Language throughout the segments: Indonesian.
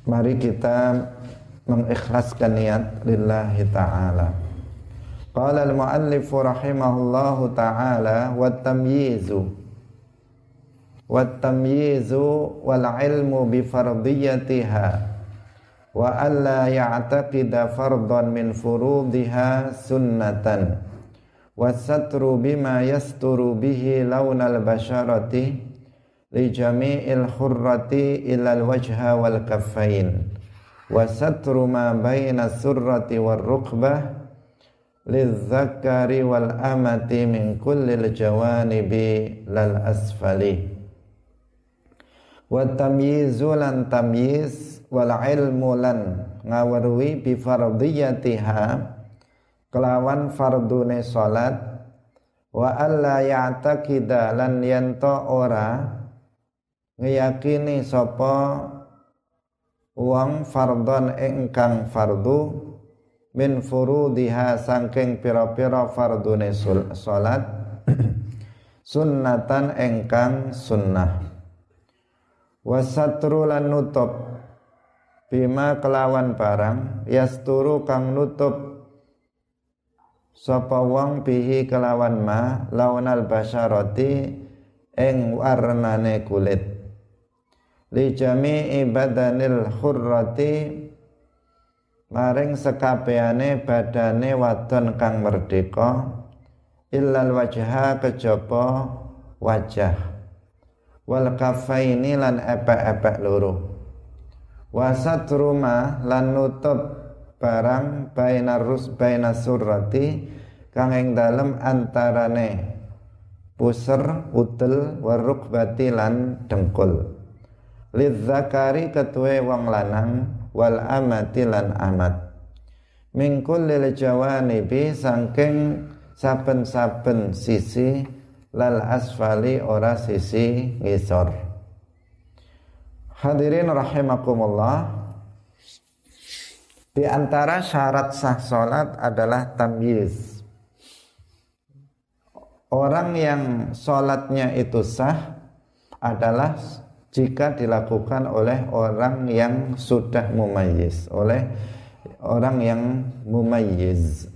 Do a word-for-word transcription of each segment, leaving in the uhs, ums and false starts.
Mari kita mengikhlaskan niat lillahi ta'ala. Qala al-muallif rahimahullahu ta'ala wat-tamyizu wat-tamyizu wal ilmu bi fardiyatiha wa alla ya'taqida fardan min furudiha sunnatan was-satru bima yasturu bihi lawnal basharati li jami'il khurrati ilal wajha wal kaffain wa satru ma baina surrati war rukbah lizzakari wal amati min kullil jawanibi lal asfali wa tamyizu lan tamyiz wal ilmu lan ngawerwi bi fardiyatiha kelawan fardune salat wa alla ya'taqida lan yanto ora ngeyakini sapa wong fardhon ingkang fardu min furudiha saking pira-pira fardune salat sunnatan ingkang sunnah wasatru lan nutup bima kelawan barang yasturu kang nutup sapa wong bihi kelawan ma launal basyarati ing warnane kulit li jami'i badanil khurrati maring sekabehane badane wadon kang merdeka illal wajha kejaba wajah wal kafaini lan epek-epek loro wasatruma lan nutup barang bainar rus bainas surrati kang ing dalem antarane puser udel warukbati lan dengkul lizzakari ketue wong lanang wal amati lan amat mingkul lil jawanibi saking saben-saben sisi lal asfali ora sisi ngisor. Hadirin rahimakumullah, di antara syarat sah salat adalah tamyiz. Orang yang salatnya itu sah adalah jika dilakukan oleh orang yang sudah mumayyiz, oleh orang yang mumayyiz.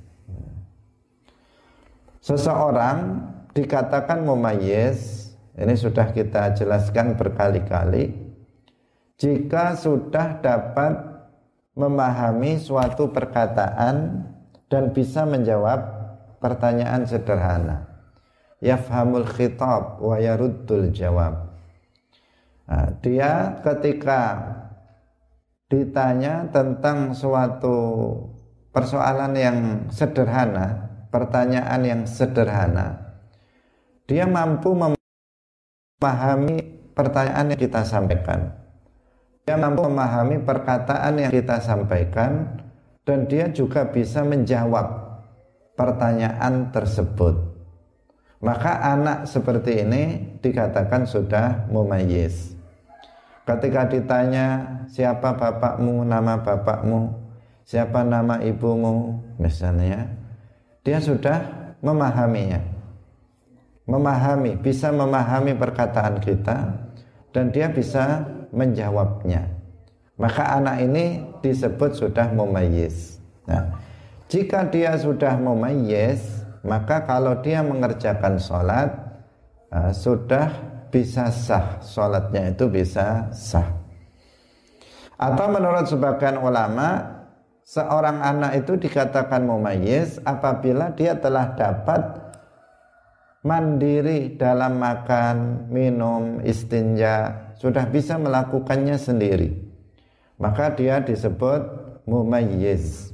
Seseorang dikatakan mumayyiz, ini sudah kita jelaskan berkali-kali, jika sudah dapat memahami suatu perkataan dan bisa menjawab pertanyaan sederhana. Yafhamul khitab wa yaruddul jawab. Nah, dia ketika ditanya tentang suatu persoalan yang sederhana, pertanyaan yang sederhana, dia mampu memahami pertanyaan yang kita sampaikan. Dia mampu memahami perkataan yang kita sampaikan dan dia juga bisa menjawab pertanyaan tersebut. Maka anak seperti ini dikatakan sudah mumayyiz. Ketika ditanya siapa bapakmu, nama bapakmu, siapa nama ibumu misalnya, dia sudah memahaminya, memahami, bisa memahami perkataan kita dan dia bisa menjawabnya. Maka anak ini disebut sudah mumayyiz. Nah, jika dia sudah mumayyiz, maka kalau dia mengerjakan sholat uh, sudah bisa sah, sholatnya itu bisa sah. Atau menurut sebagian ulama, seorang anak itu dikatakan mumayyiz apabila dia telah dapat mandiri dalam makan, minum, istinja, sudah bisa melakukannya sendiri, maka dia disebut mumayyiz.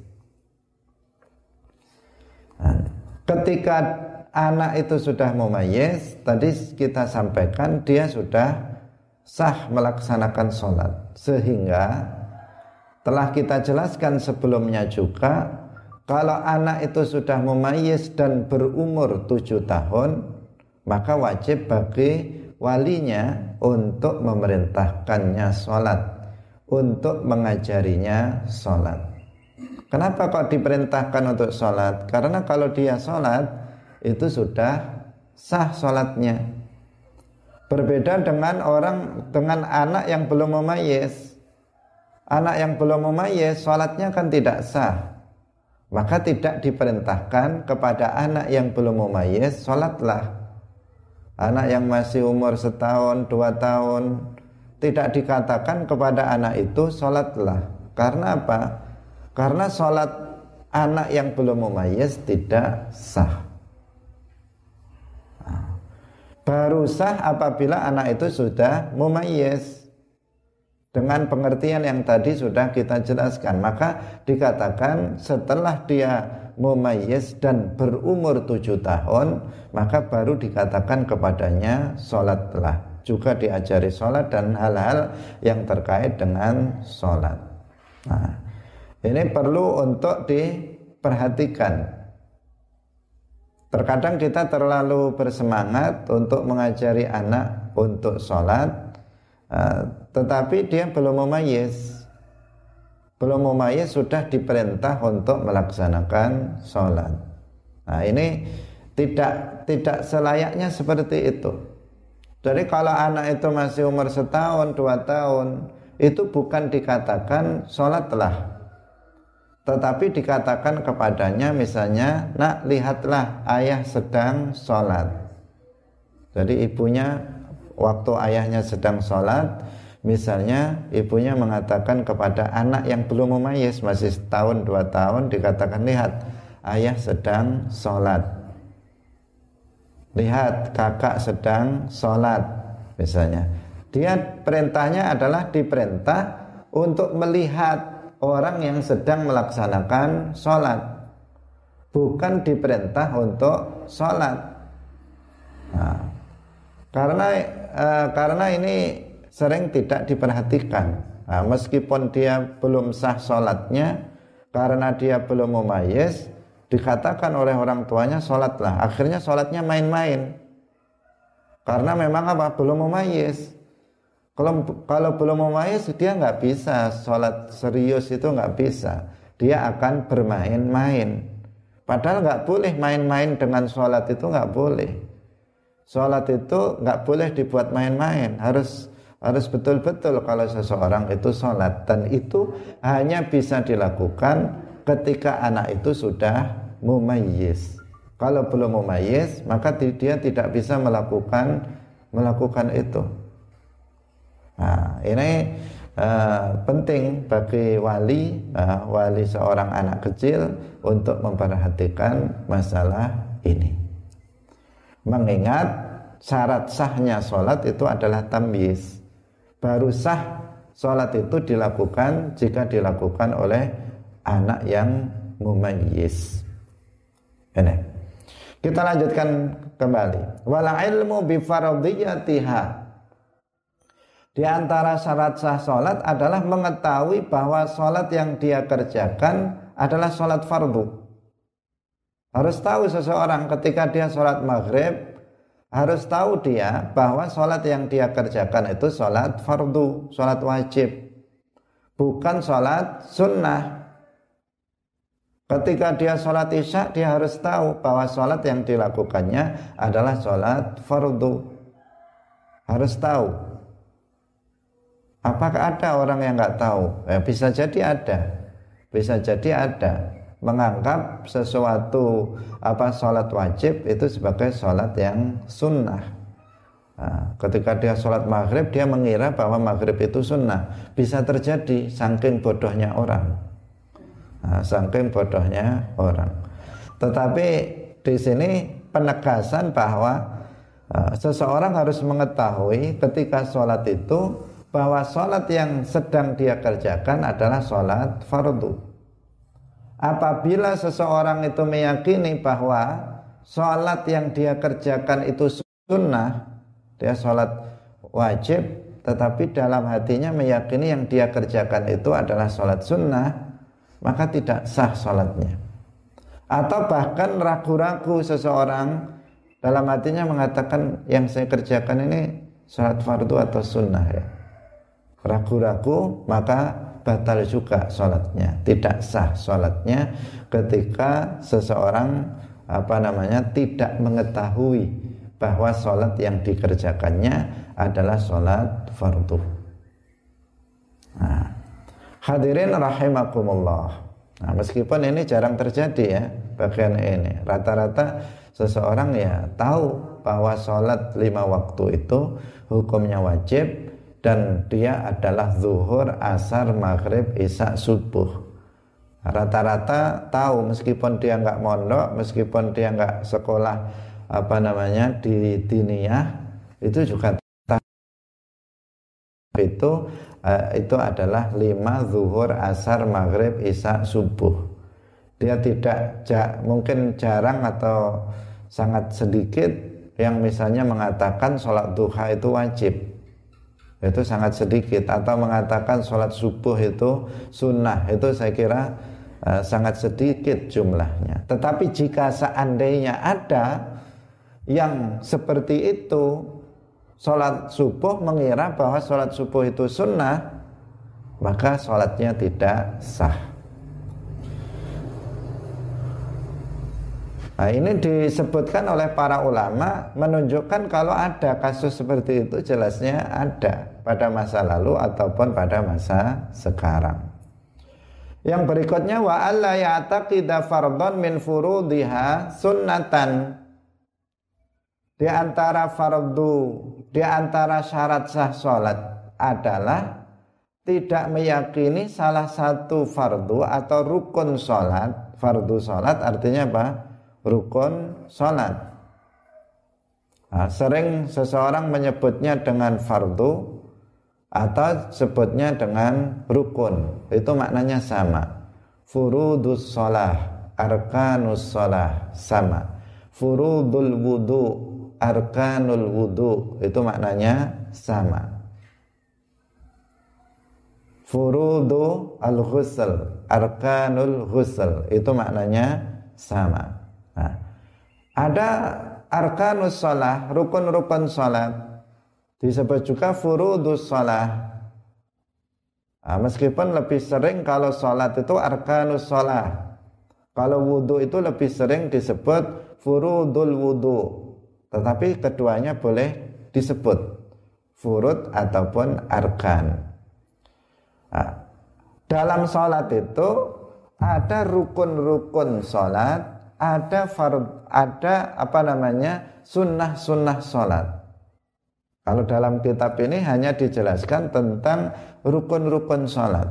Nah, ketika anak itu sudah mumayyiz, tadi kita sampaikan dia sudah sah melaksanakan sholat. Sehingga telah kita jelaskan sebelumnya juga, kalau anak itu sudah mumayyiz dan berumur tujuh tahun, maka wajib bagi walinya untuk memerintahkannya sholat, untuk mengajarinya sholat. Kenapa kok diperintahkan untuk sholat? Karena kalau dia sholat itu sudah sah sholatnya. Berbeda dengan orang, dengan anak yang belum mumayyiz. anak yang belum mumayyiz sholatnya kan tidak sah, maka tidak diperintahkan kepada anak yang belum mumayyiz sholatlah. Anak yang masih umur setahun, dua tahun, tidak dikatakan kepada anak itu sholatlah. Karena apa? Karena sholat anak yang belum mumayyiz tidak sah. Baru sah apabila anak itu sudah mumayyiz. Dengan pengertian yang tadi sudah kita jelaskan, maka dikatakan setelah dia mumayyiz dan berumur tujuh tahun, maka baru dikatakan kepadanya sholatlah. Juga diajari sholat dan hal-hal yang terkait dengan sholat. Nah, ini perlu untuk diperhatikan. Terkadang kita terlalu bersemangat untuk mengajari anak untuk sholat, tetapi dia belum mumayyiz. Belum mumayyiz sudah diperintah untuk melaksanakan sholat. Nah, ini tidak tidak selayaknya seperti itu. Jadi kalau anak itu masih umur setahun, dua tahun, itu bukan dikatakan sholatlah, tetapi dikatakan kepadanya misalnya, nak lihatlah ayah sedang sholat. Jadi ibunya waktu ayahnya sedang sholat, misalnya ibunya mengatakan kepada anak yang belum mumayyiz, masih setahun dua tahun, dikatakan lihat ayah sedang sholat, lihat kakak sedang sholat misalnya. Dia perintahnya adalah diperintah untuk melihat orang yang sedang melaksanakan sholat, bukan diperintah untuk sholat. Nah, karena eh, karena ini sering tidak diperhatikan. Nah, meskipun dia belum sah sholatnya, karena dia belum mumayyiz, dikatakan oleh orang tuanya sholatlah. Akhirnya sholatnya main-main, karena memang apa? Belum mumayyiz. Kalau kalau belum mumayyiz dia nggak bisa sholat serius, itu nggak bisa. Dia akan bermain-main. Padahal nggak boleh main-main dengan sholat, itu nggak boleh. Sholat itu nggak boleh dibuat main-main. Harus harus betul-betul kalau seseorang itu sholat, dan itu hanya bisa dilakukan ketika anak itu sudah mumayyiz. Kalau belum mumayyiz, maka dia tidak bisa melakukan melakukan itu. Nah, ini uh, penting bagi wali, uh, wali seorang anak kecil untuk memperhatikan masalah ini. Mengingat syarat sahnya sholat itu adalah tamyiz. Baru sah sholat itu dilakukan jika dilakukan oleh anak yang mumayyiz. Ini. Kita lanjutkan kembali. Wala ilmu bi fardhiyatiha. Di antara syarat sah sholat adalah mengetahui bahwa sholat yang dia kerjakan adalah sholat fardu. Harus tahu seseorang ketika dia sholat maghrib, harus tahu dia bahwa sholat yang dia kerjakan itu sholat fardu, sholat wajib, bukan sholat sunnah. Ketika dia sholat isya, dia harus tahu bahwa sholat yang dilakukannya adalah sholat fardu. Harus tahu. Apakah ada orang yang nggak tahu? Ya, bisa jadi ada, bisa jadi ada menganggap sesuatu apa sholat wajib itu sebagai sholat yang sunnah. Nah, ketika dia sholat maghrib, dia mengira bahwa maghrib itu sunnah. Bisa terjadi, saking bodohnya orang. Nah, saking bodohnya orang. Tetapi di sini penegasan bahwa uh, seseorang harus mengetahui ketika sholat itu bahwa sholat yang sedang dia kerjakan adalah sholat fardu. Apabila seseorang itu meyakini bahwa sholat yang dia kerjakan itu sunnah, dia sholat wajib, tetapi dalam hatinya meyakini yang dia kerjakan itu adalah sholat sunnah, maka tidak sah sholatnya. Atau bahkan ragu-ragu seseorang dalam hatinya mengatakan yang saya kerjakan ini sholat fardu atau sunnah ya. Ragu-ragu, maka batal juga sholatnya, tidak sah sholatnya ketika seseorang apa namanya tidak mengetahui bahwa sholat yang dikerjakannya adalah sholat fardu. Nah, Hadirin rahimakumullah. Nah, meskipun ini jarang terjadi ya, bagian ini. Rata-rata seseorang ya tahu bahwa sholat lima waktu itu hukumnya wajib dan dia adalah zuhur, asar, maghrib, isya, subuh. Rata-rata tahu meskipun dia nggak mondok, meskipun dia nggak sekolah apa namanya di diniyah, itu juga tahu itu uh, itu adalah lima zuhur, asar, maghrib, isya, subuh. Dia tidak ja, mungkin jarang atau sangat sedikit yang misalnya mengatakan sholat duha itu wajib, itu sangat sedikit, atau mengatakan sholat subuh itu sunnah, itu saya kira uh, sangat sedikit jumlahnya. Tetapi jika seandainya ada yang seperti itu, sholat subuh mengira bahwa sholat subuh itu sunnah, maka sholatnya tidak sah. Nah, ini disebutkan oleh para ulama menunjukkan kalau ada kasus seperti itu, jelasnya ada pada masa lalu ataupun pada masa sekarang. Yang berikutnya, wa alla ya'taqida fardhon min furudiha sunnatan. Di antara fardu, di antara syarat sah sholat adalah tidak meyakini salah satu fardu atau rukun sholat. Fardu sholat artinya apa? Rukun sholat. Nah, sering seseorang menyebutnya dengan fardu atau sebutnya dengan rukun, itu maknanya sama. Furudus sholah, arkanus sholah, sama. Furudul wudu, arkanul wudu, itu maknanya sama. Furudu al-ghusl, arkanul ghusl, itu maknanya sama. Nah, ada arkanus sholah, rukun-rukun sholat, disebut juga furudus sholah. Nah, meskipun lebih sering kalau sholat itu arkanus sholah, kalau wudu itu lebih sering disebut furudul wudu, tetapi keduanya boleh disebut furud ataupun arkan. Nah, dalam sholat itu ada rukun-rukun sholat, ada fard, ada apa namanya sunnah-sunnah sholat. Kalau dalam kitab ini hanya dijelaskan tentang rukun-rukun sholat,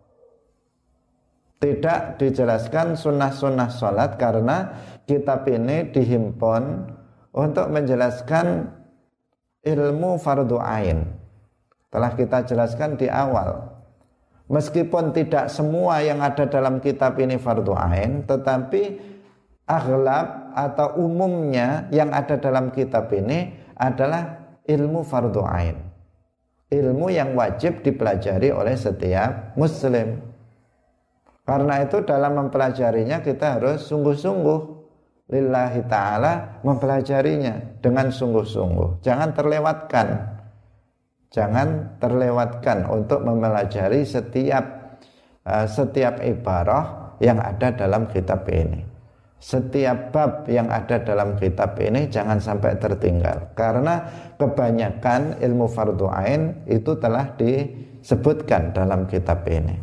tidak dijelaskan sunnah-sunnah sholat, karena kitab ini dihimpun untuk menjelaskan ilmu fardu ain. Telah kita jelaskan di awal, meskipun tidak semua yang ada dalam kitab ini fardu ain, tetapi aghlab atau umumnya yang ada dalam kitab ini adalah ilmu fardu ain, ilmu yang wajib dipelajari oleh setiap muslim. Karena itu dalam mempelajarinya kita harus sungguh-sungguh lillahi ta'ala, mempelajarinya dengan sungguh-sungguh, jangan terlewatkan jangan terlewatkan untuk mempelajari setiap uh, setiap ibarah yang ada dalam kitab ini. Setiap bab yang ada dalam kitab ini jangan sampai tertinggal, karena kebanyakan ilmu fardu ain itu telah disebutkan dalam kitab ini.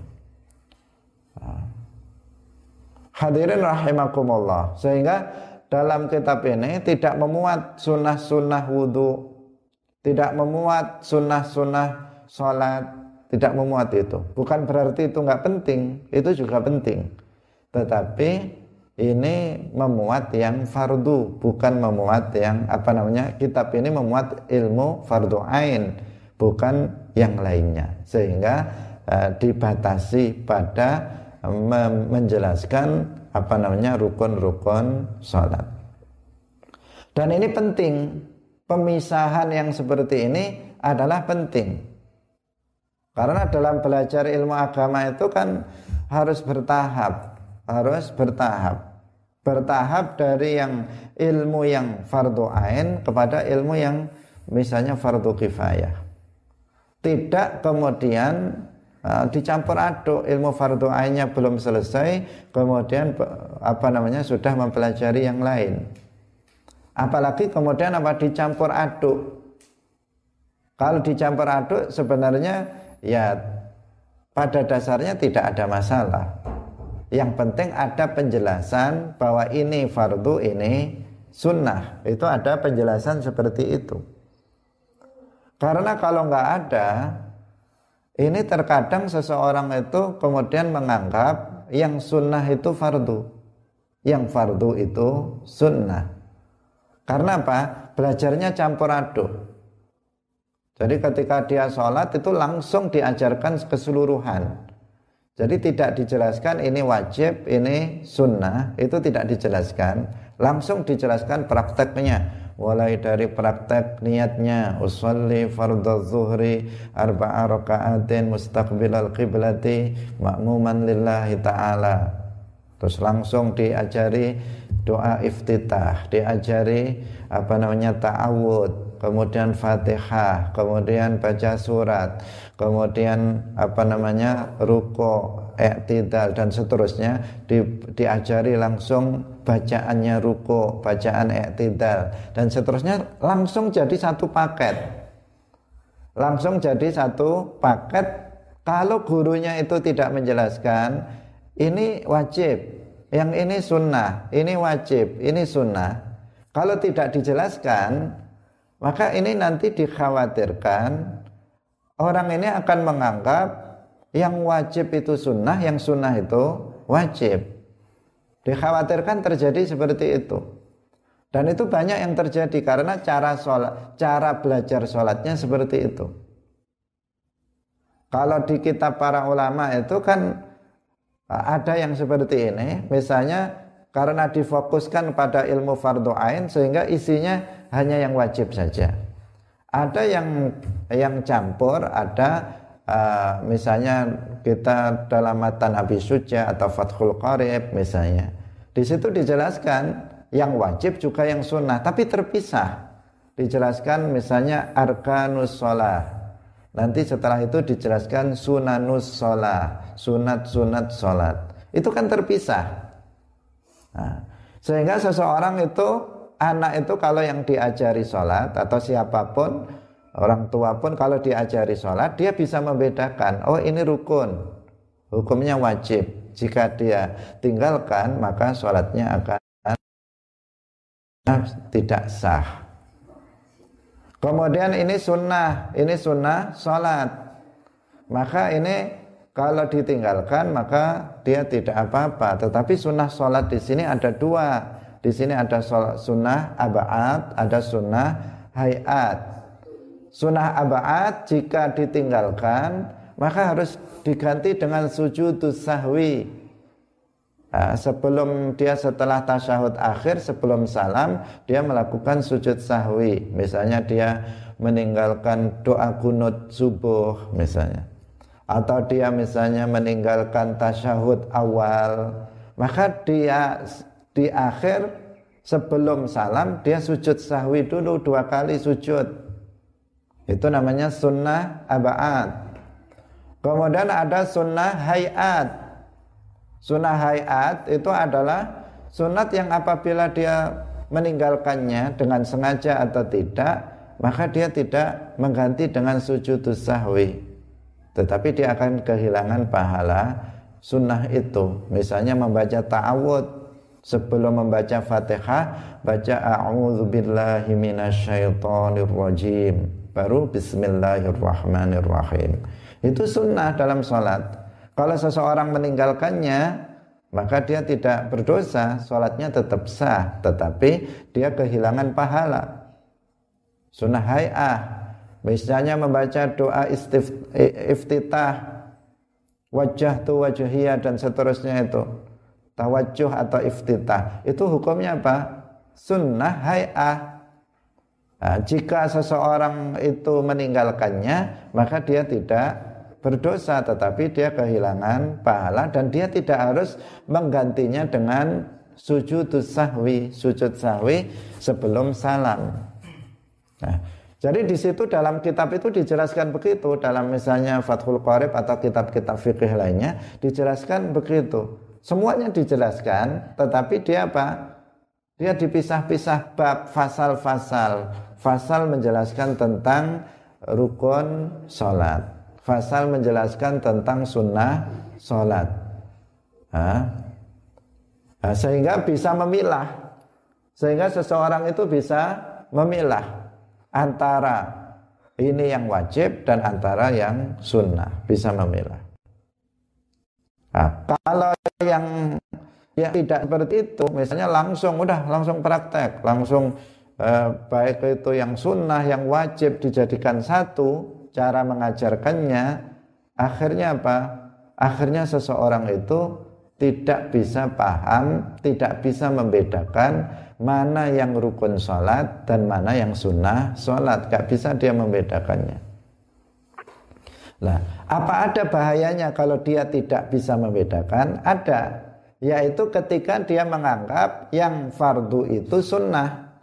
Hadirin rahimakumullah, sehingga dalam kitab ini tidak memuat sunnah-sunnah wudu, tidak memuat sunnah-sunnah sholat, tidak memuat itu. Bukan berarti itu nggak penting, itu juga penting, tetapi ini memuat yang fardu, bukan memuat yang apa namanya, kitab ini memuat ilmu fardu ain, bukan yang lainnya, sehingga uh, dibatasi pada um, menjelaskan apa namanya rukun-rukun sholat. Dan ini penting, pemisahan yang seperti ini adalah penting, karena dalam belajar ilmu agama itu kan harus bertahap, harus bertahap bertahap dari yang ilmu yang fardu ain kepada ilmu yang misalnya fardu kifayah. Tidak kemudian uh, dicampur aduk, ilmu fardu ainnya belum selesai kemudian apa namanya sudah mempelajari yang lain. Apalagi kemudian apa dicampur aduk. Kalau dicampur aduk sebenarnya ya pada dasarnya tidak ada masalah. Yang penting ada penjelasan bahwa ini fardu, ini sunnah. Itu ada penjelasan seperti itu. Karena kalau nggak ada, ini terkadang seseorang itu kemudian menganggap yang sunnah itu fardu, yang fardu itu sunnah. Karena apa? Belajarnya campur aduk. Jadi ketika dia sholat itu langsung diajarkan keseluruhan. Jadi tidak dijelaskan ini wajib, ini sunnah, itu tidak dijelaskan. Langsung dijelaskan prakteknya. Mulai dari praktek niatnya, usolli fardhu zuhri arba'a raka'atin mustaqbilal qiblati ma'muman lillahi ta'ala. Terus langsung diajari doa iftitah, diajari apa namanya ta'awud, kemudian Fatihah, kemudian baca surat, kemudian apa namanya ruku', i'tidal dan seterusnya, di, diajari langsung bacaannya ruku', bacaan i'tidal dan seterusnya, langsung jadi satu paket. Langsung jadi satu paket. Kalau gurunya itu tidak menjelaskan, ini wajib, yang ini sunnah, ini wajib, ini sunnah. Kalau tidak dijelaskan, maka ini nanti dikhawatirkan orang ini akan menganggap yang wajib itu sunnah, yang sunnah itu wajib. Dikhawatirkan terjadi seperti itu. Dan itu banyak yang terjadi karena cara sholat, cara belajar sholatnya seperti itu. Kalau di kitab para ulama itu kan ada yang seperti ini, misalnya karena difokuskan pada ilmu fardhu ain sehingga isinya hanya yang wajib saja. Ada yang yang campur, ada uh, misalnya kita dalam matan Abi Suja atau Fathul Qarib misalnya. Di situ dijelaskan yang wajib juga yang sunnah, tapi terpisah. Dijelaskan misalnya arkanus shalah. Nanti setelah itu dijelaskan sunanus shalah, sunat-sunat salat. Itu kan terpisah. Nah, sehingga seseorang itu, anak itu kalau yang diajari sholat atau siapapun, orang tua pun kalau diajari sholat, dia bisa membedakan, oh ini rukun, hukumnya wajib. Jika dia tinggalkan, maka sholatnya akan tidak sah. Kemudian ini sunnah, ini sunnah sholat. Maka ini kalau ditinggalkan maka dia tidak apa-apa. Tetapi sunnah sholat di sini ada dua. Di sini ada sunnah aba'at, ada sunnah hayat. Sunnah aba'at jika ditinggalkan maka harus diganti dengan sujudus sahwi. Nah, sebelum dia setelah tasyahud akhir, sebelum salam, dia melakukan sujud sahwi. Misalnya dia meninggalkan doa kunut subuh misalnya. Atau dia misalnya meninggalkan tasyahud awal. Maka dia di akhir sebelum salam, dia sujud sahwi dulu dua kali sujud. Itu namanya sunnah aba'at. Kemudian ada sunnah hayat. Sunnah hayat itu adalah sunat yang apabila dia meninggalkannya dengan sengaja atau tidak, maka dia tidak mengganti dengan sujudus sahwi, tetapi dia akan kehilangan pahala sunnah itu. Misalnya membaca ta'awud, sebelum membaca Fatihah baca a'udzubillahi minasyaitonirrajim, baru bismillahirrahmanirrahim. Itu sunnah dalam salat. Kalau seseorang meninggalkannya, maka dia tidak berdosa, sholatnya tetap sah, tetapi dia kehilangan pahala. Sunnah hay'ah, misalnya membaca doa istif, iftitah, wajah tu wajhiyah dan seterusnya itu, tawajjuh atau iftitah, itu hukumnya apa? Sunnah hay'ah. Nah, jika seseorang itu meninggalkannya, maka dia tidak berdosa, tetapi dia kehilangan pahala dan dia tidak harus menggantinya dengan sujudus sahwi, sujud sahwi sebelum salam. Nah, jadi di situ dalam kitab itu dijelaskan begitu, dalam misalnya Fathul Qarib atau kitab-kitab fikih lainnya dijelaskan begitu. Semuanya dijelaskan, tetapi dia apa? Dia dipisah-pisah bab, fasal-fasal. Fasal menjelaskan tentang rukun salat. Fasal menjelaskan tentang sunnah sholat. Nah, sehingga bisa memilah. Sehingga seseorang itu bisa memilah antara ini yang wajib dan antara yang sunnah. Bisa memilah. Nah, kalau yang yang tidak seperti itu, misalnya langsung udah langsung praktek, langsung eh, baik itu yang sunnah, yang wajib dijadikan satu, cara mengajarkannya, akhirnya apa? Akhirnya seseorang itu tidak bisa paham, tidak bisa membedakan mana yang rukun sholat dan mana yang sunnah sholat, gak bisa dia membedakannya. Nah, apa ada bahayanya kalau dia tidak bisa membedakan? Ada. Yaitu ketika dia menganggap yang fardu itu sunnah.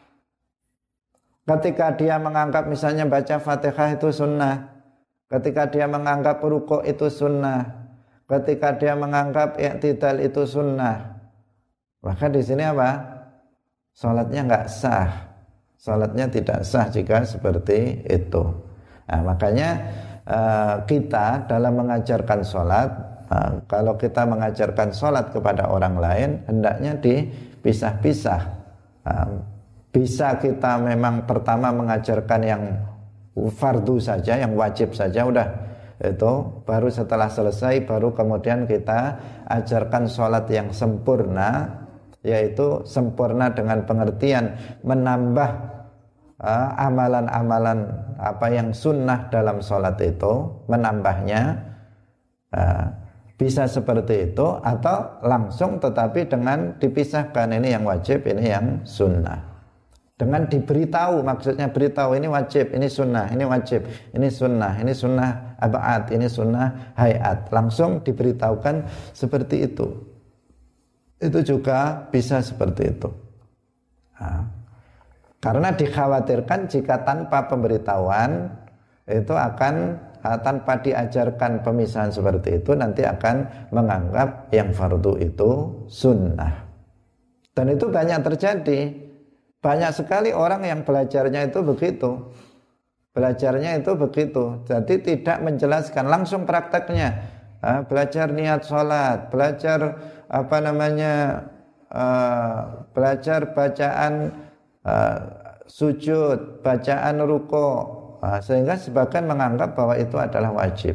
Ketika dia menganggap misalnya baca Fatihah itu sunnah. Ketika dia menganggap rukuk itu sunnah. Ketika dia menganggap i'tidal itu sunnah. Maka di sini apa? Salatnya enggak sah. Salatnya tidak sah jika seperti itu. Nah, makanya uh, kita dalam mengajarkan salat, nah, kalau kita mengajarkan sholat kepada orang lain, hendaknya dipisah-pisah. Nah, bisa kita memang pertama mengajarkan yang fardu saja, yang wajib saja, udah itu. Baru setelah selesai, baru kemudian kita ajarkan sholat yang sempurna, yaitu sempurna dengan pengertian menambah uh, amalan-amalan apa yang sunnah dalam sholat itu, menambahnya. Uh, Bisa seperti itu atau langsung tetapi dengan dipisahkan, ini yang wajib, ini yang sunnah. Dengan diberitahu, maksudnya beritahu ini wajib, ini sunnah, ini wajib, ini sunnah, ini sunnah ab'ad, ini sunnah hayat. Langsung diberitahukan seperti itu. Itu juga bisa seperti itu. Nah, karena dikhawatirkan jika tanpa pemberitahuan itu akan tanpa diajarkan pemisahan seperti itu, nanti akan menganggap yang fardu itu sunnah. Dan itu banyak terjadi. Banyak sekali orang yang belajarnya itu begitu. Belajarnya itu begitu. Jadi tidak menjelaskan, langsung prakteknya. Nah, belajar niat sholat, belajar apa namanya, uh, belajar bacaan uh, sujud, bacaan ruku'. Nah, sehingga sebagian menganggap bahwa itu adalah wajib.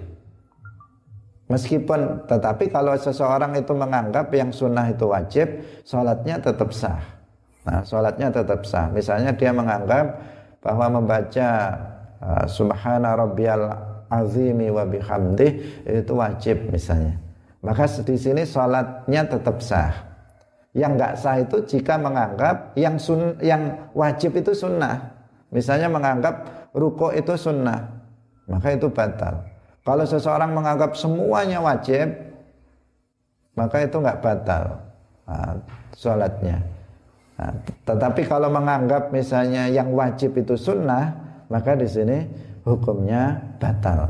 Meskipun, tetapi kalau seseorang itu menganggap yang sunnah itu wajib, sholatnya tetap sah. Nah, sholatnya tetap sah. Misalnya dia menganggap bahwa membaca uh, Subhana Rabbiyal Azimi wa bihamdih itu wajib misalnya. Maka di sini sholatnya tetap sah. Yang enggak sah itu jika menganggap yang sun, yang wajib itu sunnah. Misalnya menganggap rukuk itu sunnah, maka itu batal. Kalau seseorang menganggap semuanya wajib, maka itu enggak batal nah, sholatnya. Nah, tetapi kalau menganggap misalnya yang wajib itu sunnah, maka di sini hukumnya batal.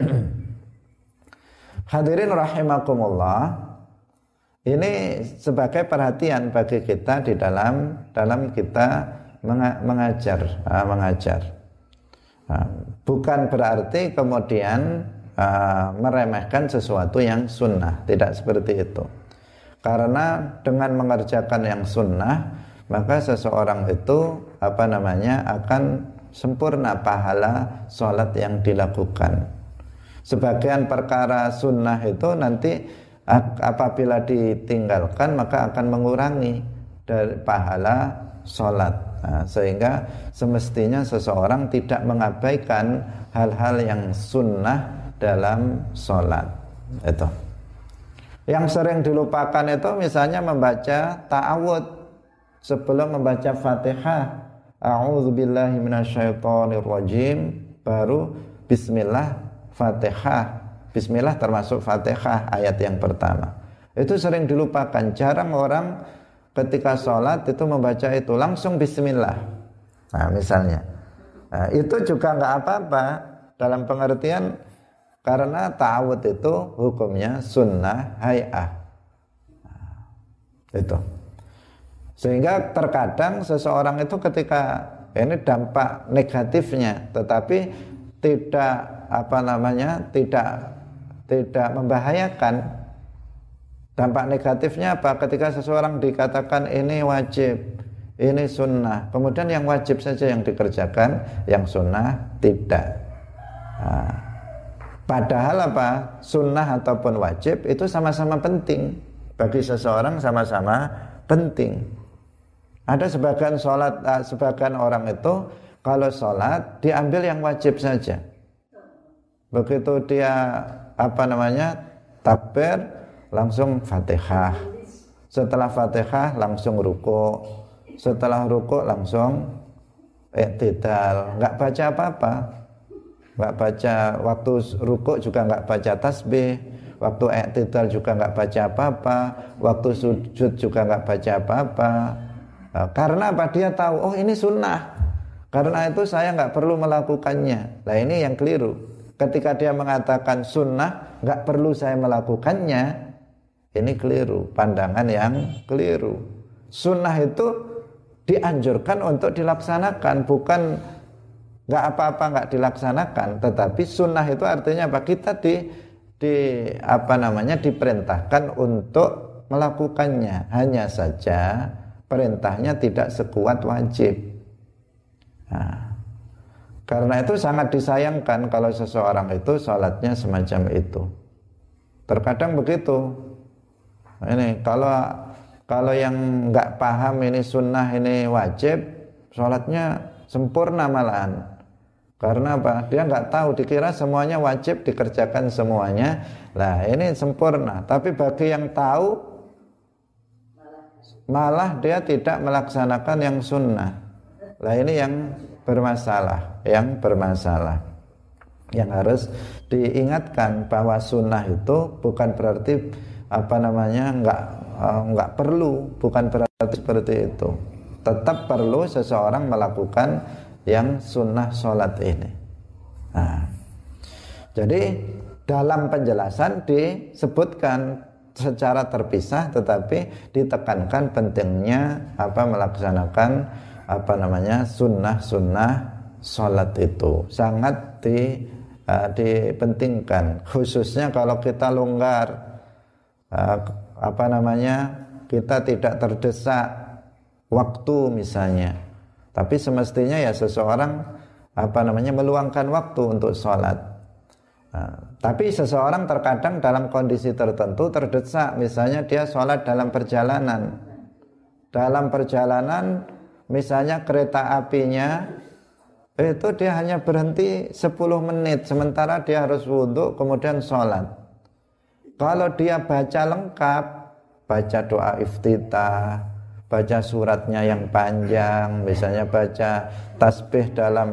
Hadirin rahimakumullah, ini sebagai perhatian bagi kita di dalam dalam kita mengajar, mengajar. Bukan berarti kemudian uh, meremehkan sesuatu yang sunnah, tidak seperti itu. Karena dengan mengerjakan yang sunnah, maka seseorang itu apa namanya akan sempurna pahala sholat yang dilakukan. Sebagian perkara sunnah itu nanti apabila ditinggalkan maka akan mengurangi dari pahala sholat. Nah, sehingga semestinya seseorang tidak mengabaikan hal-hal yang sunnah dalam sholat. Itu. Yang sering dilupakan itu misalnya membaca ta'awud sebelum membaca Fatihah. A'udzubillahi minasyaitonirrajim, baru bismillah Fatihah. Bismillah termasuk Fatihah ayat yang pertama. Itu sering dilupakan. Jarang orang ketika sholat itu membaca itu langsung bismillah. Nah misalnya, nah, itu juga nggak apa-apa dalam pengertian karena ta'awud itu hukumnya sunnah hay'ah. Nah, itu. Sehingga terkadang seseorang itu ketika ini dampak negatifnya, tetapi tidak apa namanya tidak tidak membahayakan. Dampak negatifnya apa? Ketika seseorang dikatakan ini wajib, ini sunnah, kemudian yang wajib saja yang dikerjakan, yang sunnah tidak. Nah, padahal apa? Sunnah ataupun wajib itu sama-sama penting bagi seseorang, sama-sama penting. Ada sebagian sholat, sebagian orang itu kalau sholat diambil yang wajib saja. Begitu dia apa namanya takbir langsung Fatihah, setelah Fatihah langsung ruku, setelah ruku langsung i'tidal, nggak baca apa-apa, nggak baca waktu ruku juga nggak baca tasbih, waktu i'tidal juga nggak baca apa-apa, waktu sujud juga nggak baca apa-apa. Nah, karena apa? Dia tahu, oh ini sunnah, karena itu saya nggak perlu melakukannya. Nah ini yang keliru. Ketika dia mengatakan sunnah nggak perlu saya melakukannya, ini keliru, pandangan yang keliru. Sunnah itu dianjurkan untuk dilaksanakan, bukan nggak apa-apa nggak dilaksanakan. Tetapi sunnah itu artinya apa? Kita di, di apa namanya diperintahkan untuk melakukannya. Hanya saja perintahnya tidak sekuat wajib. Nah, karena itu sangat disayangkan kalau seseorang itu sholatnya semacam itu. Terkadang begitu. Ini kalau kalau yang nggak paham ini sunnah ini wajib, sholatnya sempurna malahan. Karena apa? Dia nggak tahu, dikira semuanya wajib dikerjakan semuanya. Lah ini sempurna. Tapi bagi yang tahu, malah dia tidak melaksanakan yang sunnah. Lah ini yang bermasalah, yang bermasalah. Yang harus diingatkan bahwa sunnah itu bukan berarti apa namanya enggak enggak perlu, bukan berarti seperti itu. Tetap perlu seseorang melakukan yang sunnah sholat ini. Nah, jadi dalam penjelasan disebutkan secara terpisah, tetapi ditekankan pentingnya apa melaksanakan apa namanya sunnah-sunnah sholat itu sangat di, uh, dipentingkan, khususnya kalau kita longgar, uh, apa namanya kita tidak terdesak waktu misalnya, tapi semestinya ya seseorang apa namanya meluangkan waktu untuk sholat. Nah, tapi seseorang terkadang dalam kondisi tertentu terdesak, misalnya dia sholat dalam perjalanan, dalam perjalanan misalnya kereta apinya itu dia hanya berhenti sepuluh menit, sementara dia harus wudhu kemudian sholat. Kalau dia baca lengkap, baca doa iftitah, baca suratnya yang panjang, misalnya baca tasbih dalam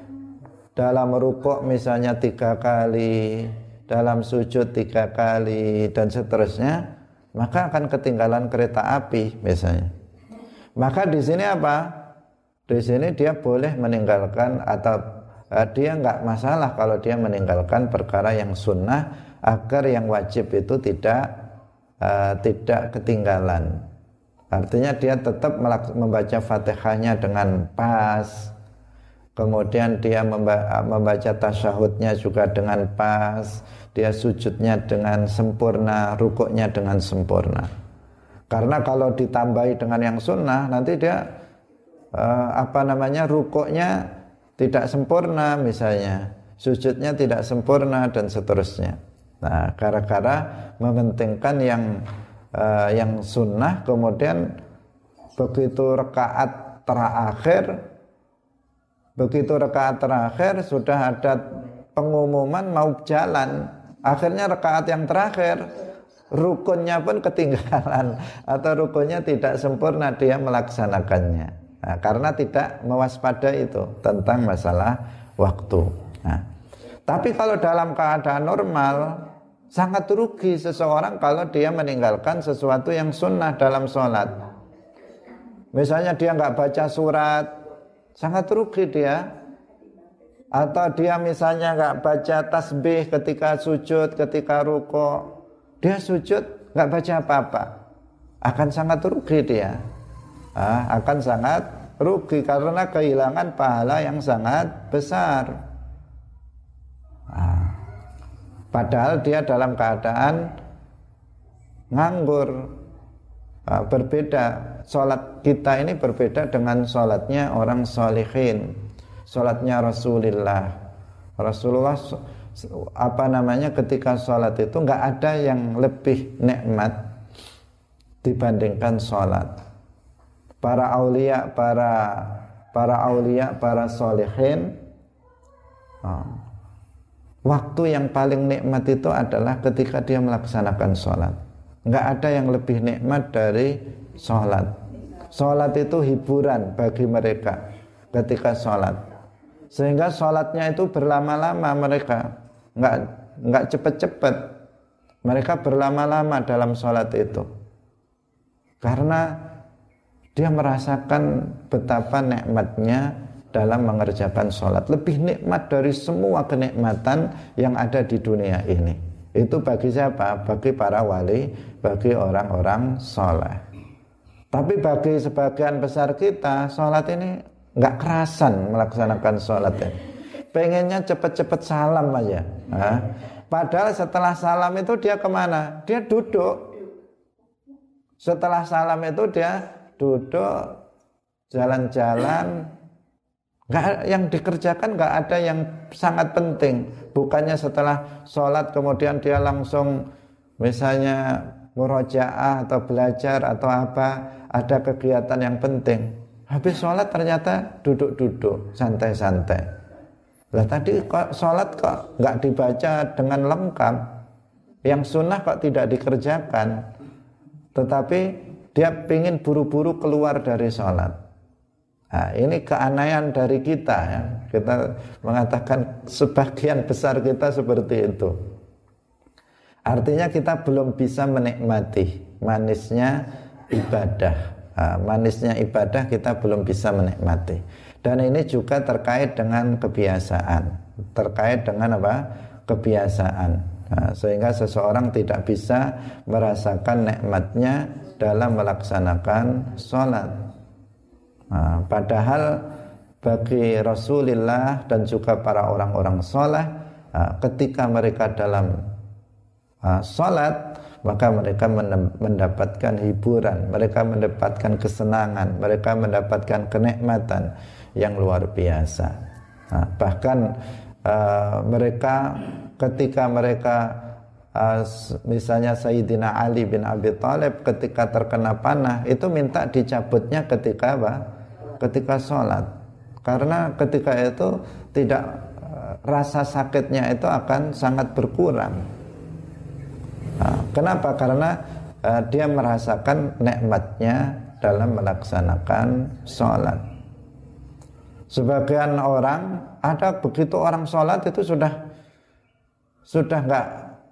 dalam rukuk misalnya tiga kali, dalam sujud tiga kali dan seterusnya, maka akan ketinggalan kereta api misalnya. Maka di sini apa? Di sini dia boleh meninggalkan atau uh, dia nggak masalah kalau dia meninggalkan perkara yang sunnah agar yang wajib itu tidak uh, tidak ketinggalan. Artinya dia tetap membaca Fatihahnya dengan pas, kemudian dia membaca tasyahudnya juga dengan pas, dia sujudnya dengan sempurna, rukuknya dengan sempurna. Karena kalau ditambahi dengan yang sunnah, nanti dia uh, apa namanya rukuknya tidak sempurna misalnya, sujudnya tidak sempurna dan seterusnya. Nah, gara-gara mementingkan yang uh, yang sunnah, kemudian begitu rakaat terakhir, begitu rakaat terakhir sudah ada pengumuman mau jalan, akhirnya rakaat yang terakhir rukunnya pun ketinggalan atau rukunnya tidak sempurna dia melaksanakannya. Nah, karena tidak mewaspadai itu tentang masalah waktu. Nah, tapi kalau dalam keadaan normal sangat rugi seseorang kalau dia meninggalkan sesuatu yang sunnah dalam sholat. Misalnya dia nggak baca surat, sangat rugi dia. Atau dia misalnya nggak baca tasbih ketika sujud, ketika rukuk, dia sujud nggak baca apa-apa, akan sangat rugi dia, ah, akan sangat rugi karena kehilangan pahala yang sangat besar. Padahal dia dalam keadaan nganggur. Nah, berbeda, sholat kita ini berbeda dengan sholatnya orang sholihin, sholatnya Rasulullah. Rasulullah apa namanya ketika sholat itu nggak ada yang lebih nikmat dibandingkan sholat. Para aulia, para para aulia, para sholihin, waktu yang paling nikmat itu adalah ketika dia melaksanakan sholat. Nggak ada yang lebih nikmat dari sholat. Sholat itu hiburan bagi mereka ketika sholat, sehingga sholatnya itu berlama-lama. Mereka nggak nggak cepet-cepet, mereka berlama-lama dalam sholat itu, karena dia merasakan betapa nikmatnya dalam mengerjakan sholat. Lebih nikmat dari semua kenikmatan yang ada di dunia ini. Itu bagi siapa? Bagi para wali, bagi orang-orang soleh. Tapi bagi sebagian besar kita, sholat ini nggak kerasan melaksanakan sholat ini. Pengennya cepet-cepet salam aja. Nah, padahal setelah salam itu dia kemana? Dia duduk. Setelah salam itu dia duduk, jalan-jalan. Nggak, yang dikerjakan nggak ada yang sangat penting. Bukannya setelah sholat kemudian dia langsung misalnya murojaah atau belajar atau apa, ada kegiatan yang penting. Habis sholat ternyata duduk-duduk santai-santai. Lah tadi kok sholat kok nggak dibaca dengan lengkap, yang sunnah kok tidak dikerjakan, tetapi dia ingin buru-buru keluar dari sholat. Nah, ini keanehan dari kita ya. Kita mengatakan sebagian besar kita seperti itu. Artinya kita belum bisa menikmati manisnya ibadah. Nah, manisnya ibadah kita belum bisa menikmati. Dan ini juga terkait dengan kebiasaan. Terkait dengan apa? Kebiasaan. Nah, sehingga seseorang tidak bisa merasakan nikmatnya dalam melaksanakan sholat. Nah, padahal bagi Rasulullah dan juga para orang-orang soleh, nah, ketika mereka dalam uh, sholat, maka mereka mendapatkan hiburan, mereka mendapatkan kesenangan, mereka mendapatkan kenikmatan yang luar biasa. Nah, bahkan uh, mereka ketika mereka uh, misalnya Sayyidina Ali bin Abi Thalib ketika terkena panah itu minta dicabutnya ketika apa? Ketika sholat, karena ketika itu tidak, rasa sakitnya itu akan sangat berkurang. Nah, kenapa? Karena uh, dia merasakan nikmatnya dalam melaksanakan sholat. Sebagian orang ada begitu orang sholat itu sudah sudah nggak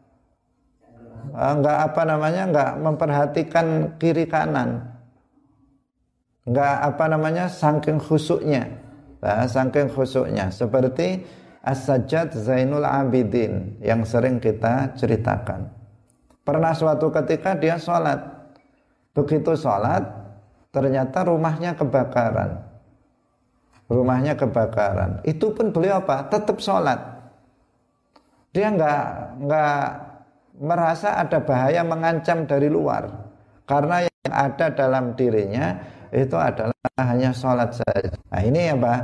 nggak apa namanya nggak memperhatikan kiri kanan. Enggak apa namanya saking khusyuknya, nah, saking khusyuknya seperti As-Sajjad Zainul Abidin yang sering kita ceritakan. Pernah suatu ketika dia sholat, begitu sholat ternyata rumahnya kebakaran, rumahnya kebakaran. Itu pun beliau apa? Tetap sholat. Dia enggak enggak merasa ada bahaya mengancam dari luar, karena yang ada dalam dirinya itu adalah hanya sholat saja. Nah ini apa?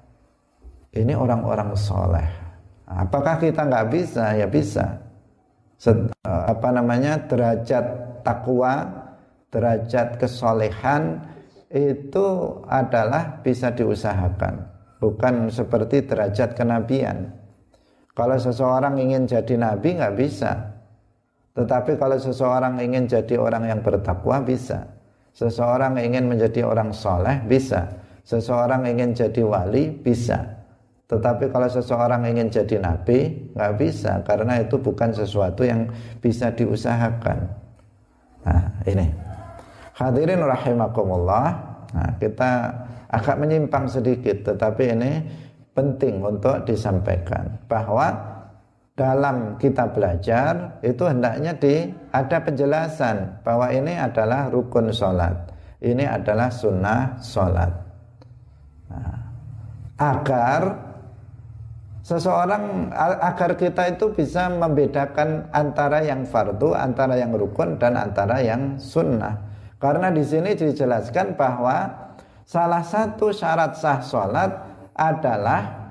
Ini orang-orang soleh. Apakah kita nggak bisa? Ya bisa. Set, apa namanya derajat takwa, derajat kesolehan itu adalah bisa diusahakan. Bukan seperti derajat kenabian. Kalau seseorang ingin jadi nabi nggak bisa. Tetapi kalau seseorang ingin jadi orang yang bertakwa bisa. Seseorang ingin menjadi orang soleh bisa. Seseorang ingin jadi wali bisa. Tetapi kalau seseorang ingin jadi nabi nggak bisa, karena itu bukan sesuatu yang bisa diusahakan. Nah ini hadirin rahimakumullah. Nah, kita agak menyimpang sedikit, tetapi ini penting untuk disampaikan bahwa dalam kita belajar itu hendaknya di ada penjelasan bahwa ini adalah rukun sholat, ini adalah sunnah sholat. Nah, agar seseorang agar kita itu bisa membedakan antara yang fardu, antara yang rukun dan antara yang sunnah. Karena di sini dijelaskan bahwa salah satu syarat sah sholat adalah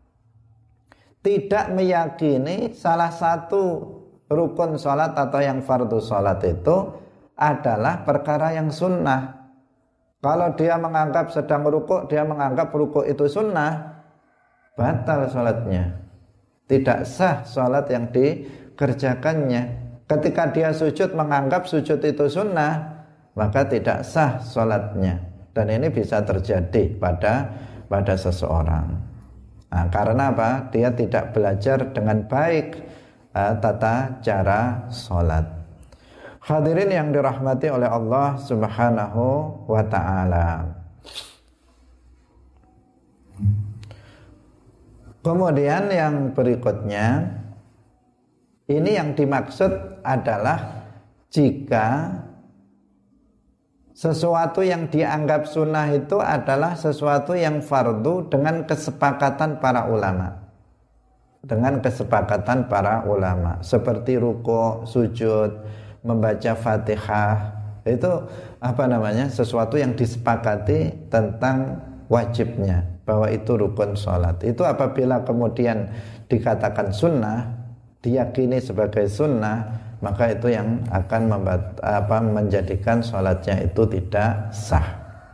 tidak meyakini salah satu rukun sholat atau yang fardu sholat itu adalah perkara yang sunnah. Kalau dia menganggap sedang rukuk, dia menganggap rukuk itu sunnah, batal sholatnya, tidak sah sholat yang dikerjakannya. Ketika dia sujud menganggap sujud itu sunnah, maka tidak sah sholatnya. Dan ini bisa terjadi pada pada seseorang. Nah, karena apa? Dia tidak belajar dengan baik uh, tata cara sholat. Hadirin yang dirahmati oleh Allah Subhanahu wa ta'ala. Kemudian yang berikutnya, ini yang dimaksud adalah jika sesuatu yang dianggap sunnah itu adalah sesuatu yang fardu dengan kesepakatan para ulama. Dengan kesepakatan para ulama, seperti ruku', sujud, membaca Fatihah, itu apa namanya? Sesuatu yang disepakati tentang wajibnya, bahwa itu rukun sholat. Itu apabila kemudian dikatakan sunnah, diyakini sebagai sunnah, maka itu yang akan membat, apa, menjadikan sholatnya itu tidak sah.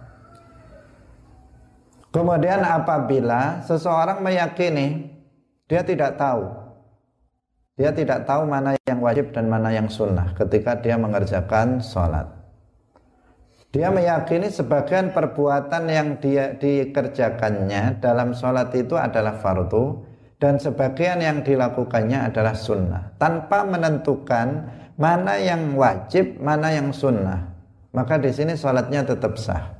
Kemudian apabila seseorang meyakini dia tidak tahu, dia tidak tahu mana yang wajib dan mana yang sunnah ketika dia mengerjakan sholat. Dia meyakini sebagian perbuatan yang dia dikerjakannya dalam sholat itu adalah fardu dan sebagian yang dilakukannya adalah sunnah, tanpa menentukan mana yang wajib, mana yang sunnah, maka di sini sholatnya tetap sah.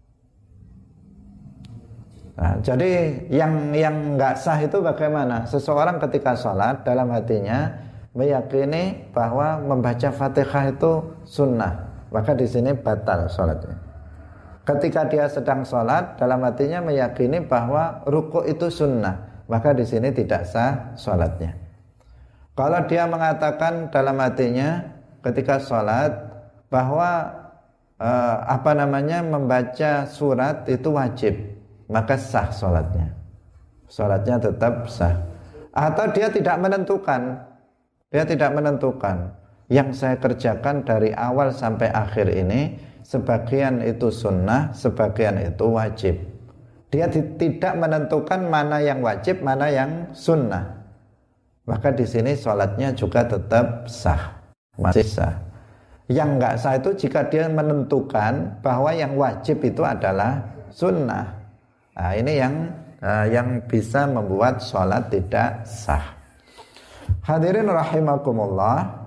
Nah, jadi yang yang nggak sah itu bagaimana? Seseorang ketika sholat dalam hatinya meyakini bahwa membaca Fatihah itu sunnah, maka di sini batal sholatnya. Ketika dia sedang sholat dalam hatinya meyakini bahwa ruku itu sunnah, maka di sini tidak sah sholatnya. Kalau dia mengatakan dalam hatinya ketika sholat bahwa eh, apa namanya membaca surat itu wajib, maka sah sholatnya. Sholatnya tetap sah. Atau dia tidak menentukan, dia tidak menentukan yang saya kerjakan dari awal sampai akhir ini, sebagian itu sunnah, sebagian itu wajib. Dia tidak menentukan mana yang wajib, mana yang sunnah, maka di sini sholatnya juga tetap sah, masih sah. Yang enggak sah itu jika dia menentukan bahwa yang wajib itu adalah sunnah. Nah, ini yang uh, yang bisa membuat sholat tidak sah. Hadirin rahimakumullah.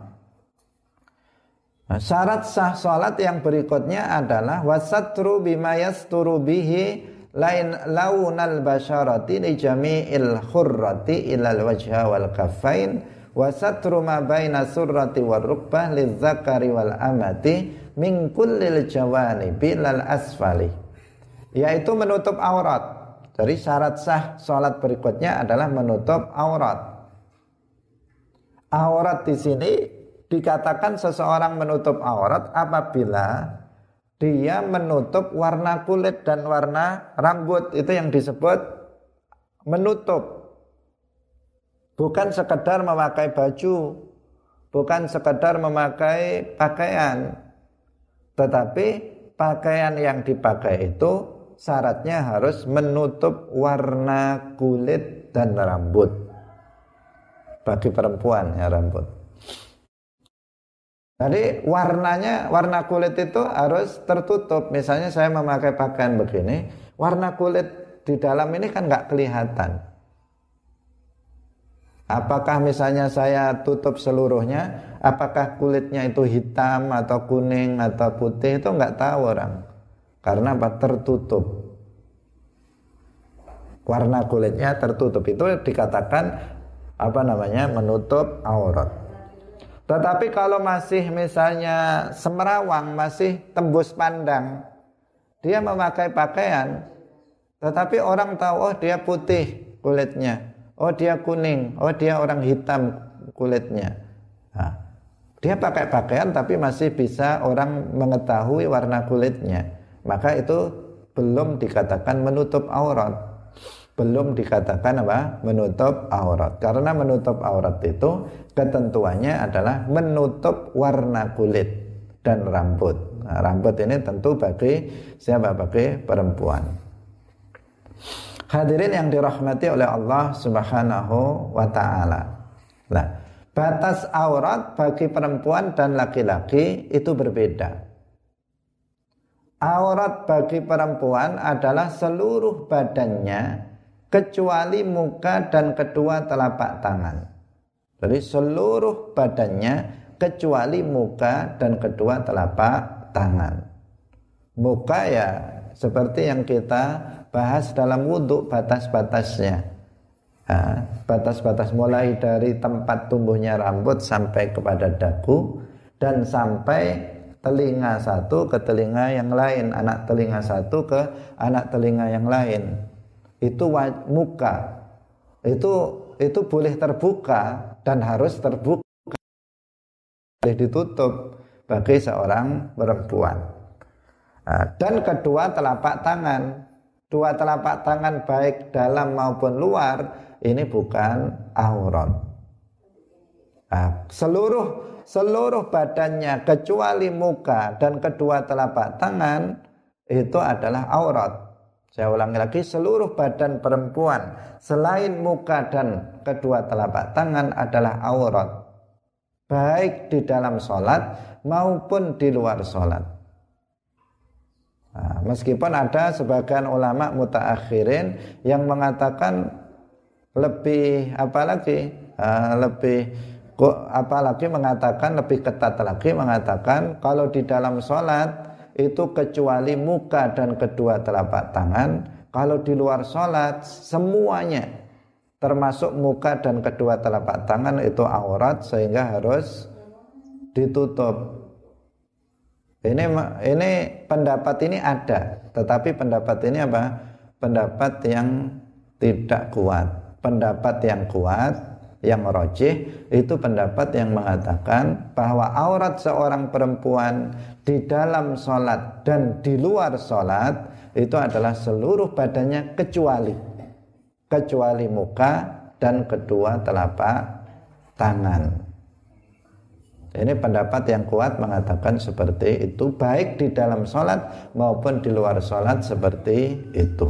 Nah, syarat sah sholat yang berikutnya adalah wasatru bima yasturu bihi lain launal basyarati li jami'il khurrati ilal wajha wal kaffain wasatru ma baina surrati war rukbah lizzakari wal amati min kullil jawanibi lal asfali, yaitu menutup aurat. Jadi syarat sah sholat berikutnya adalah menutup aurat. Aurat di sini dikatakan seseorang menutup aurat apabila dia menutup warna kulit dan warna rambut. Itu yang disebut menutup. Bukan sekedar memakai baju, bukan sekedar memakai pakaian, tetapi pakaian yang dipakai itu syaratnya harus menutup warna kulit dan rambut. Bagi perempuan ya rambut. Jadi warnanya, warna kulit itu harus tertutup. Misalnya saya memakai pakaian begini, warna kulit di dalam ini kan nggak kelihatan. Apakah misalnya saya tutup seluruhnya, apakah kulitnya itu hitam atau kuning atau putih, itu nggak tahu orang. Karena apa? Tertutup. Warna kulitnya tertutup. Itu dikatakan apa namanya? Menutup aurat. Tetapi kalau masih misalnya semerawang, masih tembus pandang, dia memakai pakaian, tetapi orang tahu oh dia putih kulitnya, oh dia kuning, oh dia orang hitam kulitnya. Nah, dia pakai pakaian tapi masih bisa orang mengetahui warna kulitnya. Maka itu belum dikatakan menutup aurat. Belum dikatakan apa? Menutup aurat. Karena menutup aurat itu ketentuannya adalah menutup warna kulit dan rambut. Nah, rambut ini tentu bagi siapa? Bagi perempuan. Hadirin yang dirahmati oleh Allah Subhanahu wa taala. Nah, batas aurat bagi perempuan dan laki-laki itu berbeda. Aurat bagi perempuan adalah seluruh badannya kecuali muka dan kedua telapak tangan. Jadi seluruh badannya kecuali muka dan kedua telapak tangan. Muka ya seperti yang kita bahas dalam wudhu, batas-batasnya. Nah, batas-batas mulai dari tempat tumbuhnya rambut sampai kepada dagu dan sampai telinga satu ke telinga yang lain, anak telinga satu ke anak telinga yang lain. Itu muka. Itu itu boleh terbuka dan harus terbuka, boleh ditutup bagi seorang perempuan. Nah, dan kedua telapak tangan, dua telapak tangan baik dalam maupun luar ini bukan aurat. Nah, seluruh seluruh badannya kecuali muka dan kedua telapak tangan itu adalah aurat. Saya ulangi lagi, seluruh badan perempuan selain muka dan kedua telapak tangan adalah aurat, baik di dalam sholat maupun di luar sholat. Nah, meskipun ada sebagian ulama mutaakhirin yang mengatakan lebih apalagi uh, lebih apalagi mengatakan lebih ketat lagi, mengatakan kalau di dalam sholat itu kecuali muka dan kedua telapak tangan, kalau di luar sholat semuanya termasuk muka dan kedua telapak tangan itu aurat sehingga harus ditutup. Ini ini pendapat ini ada, tetapi pendapat ini apa? Pendapat yang tidak kuat. Pendapat yang kuat, yang rajih itu pendapat yang mengatakan bahwa aurat seorang perempuan di dalam sholat dan di luar sholat itu adalah seluruh badannya kecuali kecuali muka dan kedua telapak tangan. Ini pendapat yang kuat mengatakan seperti itu, baik di dalam sholat maupun di luar sholat seperti itu.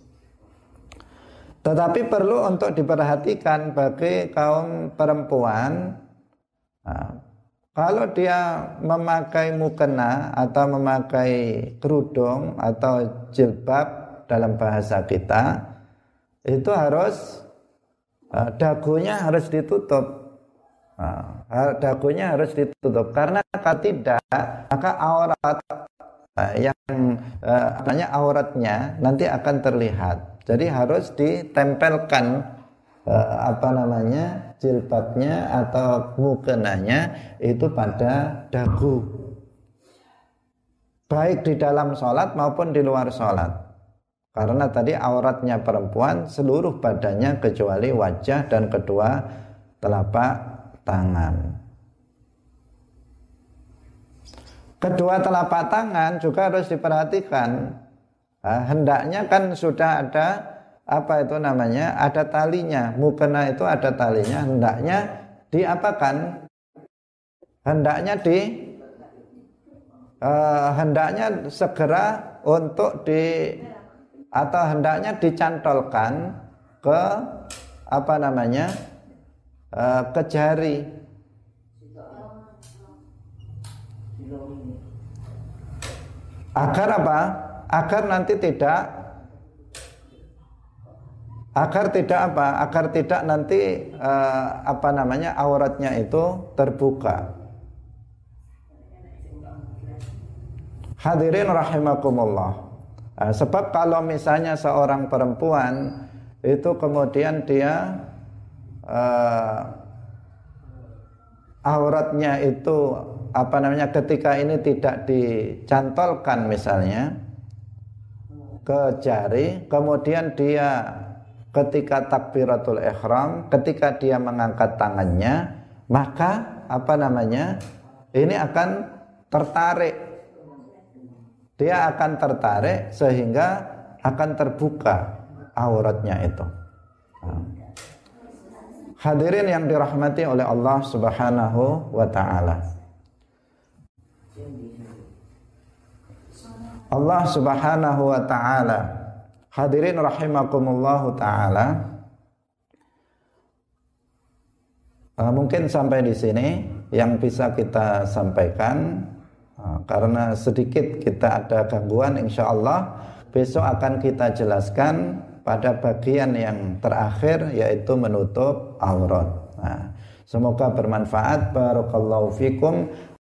Tetapi perlu untuk diperhatikan bagi kaum perempuan, nah, kalau dia memakai mukena atau memakai kerudung atau jilbab dalam bahasa kita, itu harus uh, dagunya harus ditutup. Uh, dagunya harus ditutup karena kalau tidak maka aurat uh, yang uh, namanya auratnya nanti akan terlihat. Jadi harus ditempelkan uh, apa namanya jilbabnya atau mukenanya itu pada dagu, baik di dalam sholat maupun di luar sholat. Karena tadi auratnya perempuan seluruh badannya kecuali wajah dan kedua telapak tangan. Kedua telapak tangan juga harus diperhatikan. Nah, hendaknya kan sudah ada apa itu namanya, ada talinya, mukena itu ada talinya, hendaknya diapakan? Hendaknya di uh, hendaknya segera untuk di atau hendaknya dicantolkan ke apa namanya uh, ke jari. Agar apa? Agar nanti tidak agar tidak apa? Agar tidak nanti uh, apa namanya auratnya itu terbuka. Hadirin rahimakumullah. Nah, sebab kalau misalnya seorang perempuan itu kemudian dia uh, auratnya itu apa namanya ketika ini tidak dicantolkan misalnya ke jari, kemudian dia ketika takbiratul ihram, ketika dia mengangkat tangannya, maka apa namanya? Ini akan tertarik. Dia akan tertarik sehingga akan terbuka auratnya itu. Hadirin yang dirahmati oleh Allah Subhanahu wa taala. Allah Subhanahu wa taala, hadirin rahimakumullahu taala. Uh, mungkin sampai di sini yang bisa kita sampaikan, uh, karena sedikit kita ada gangguan, insyaallah besok akan kita jelaskan pada bagian yang terakhir, yaitu menutup aurat. Nah, semoga bermanfaat. Barakallahu fikum.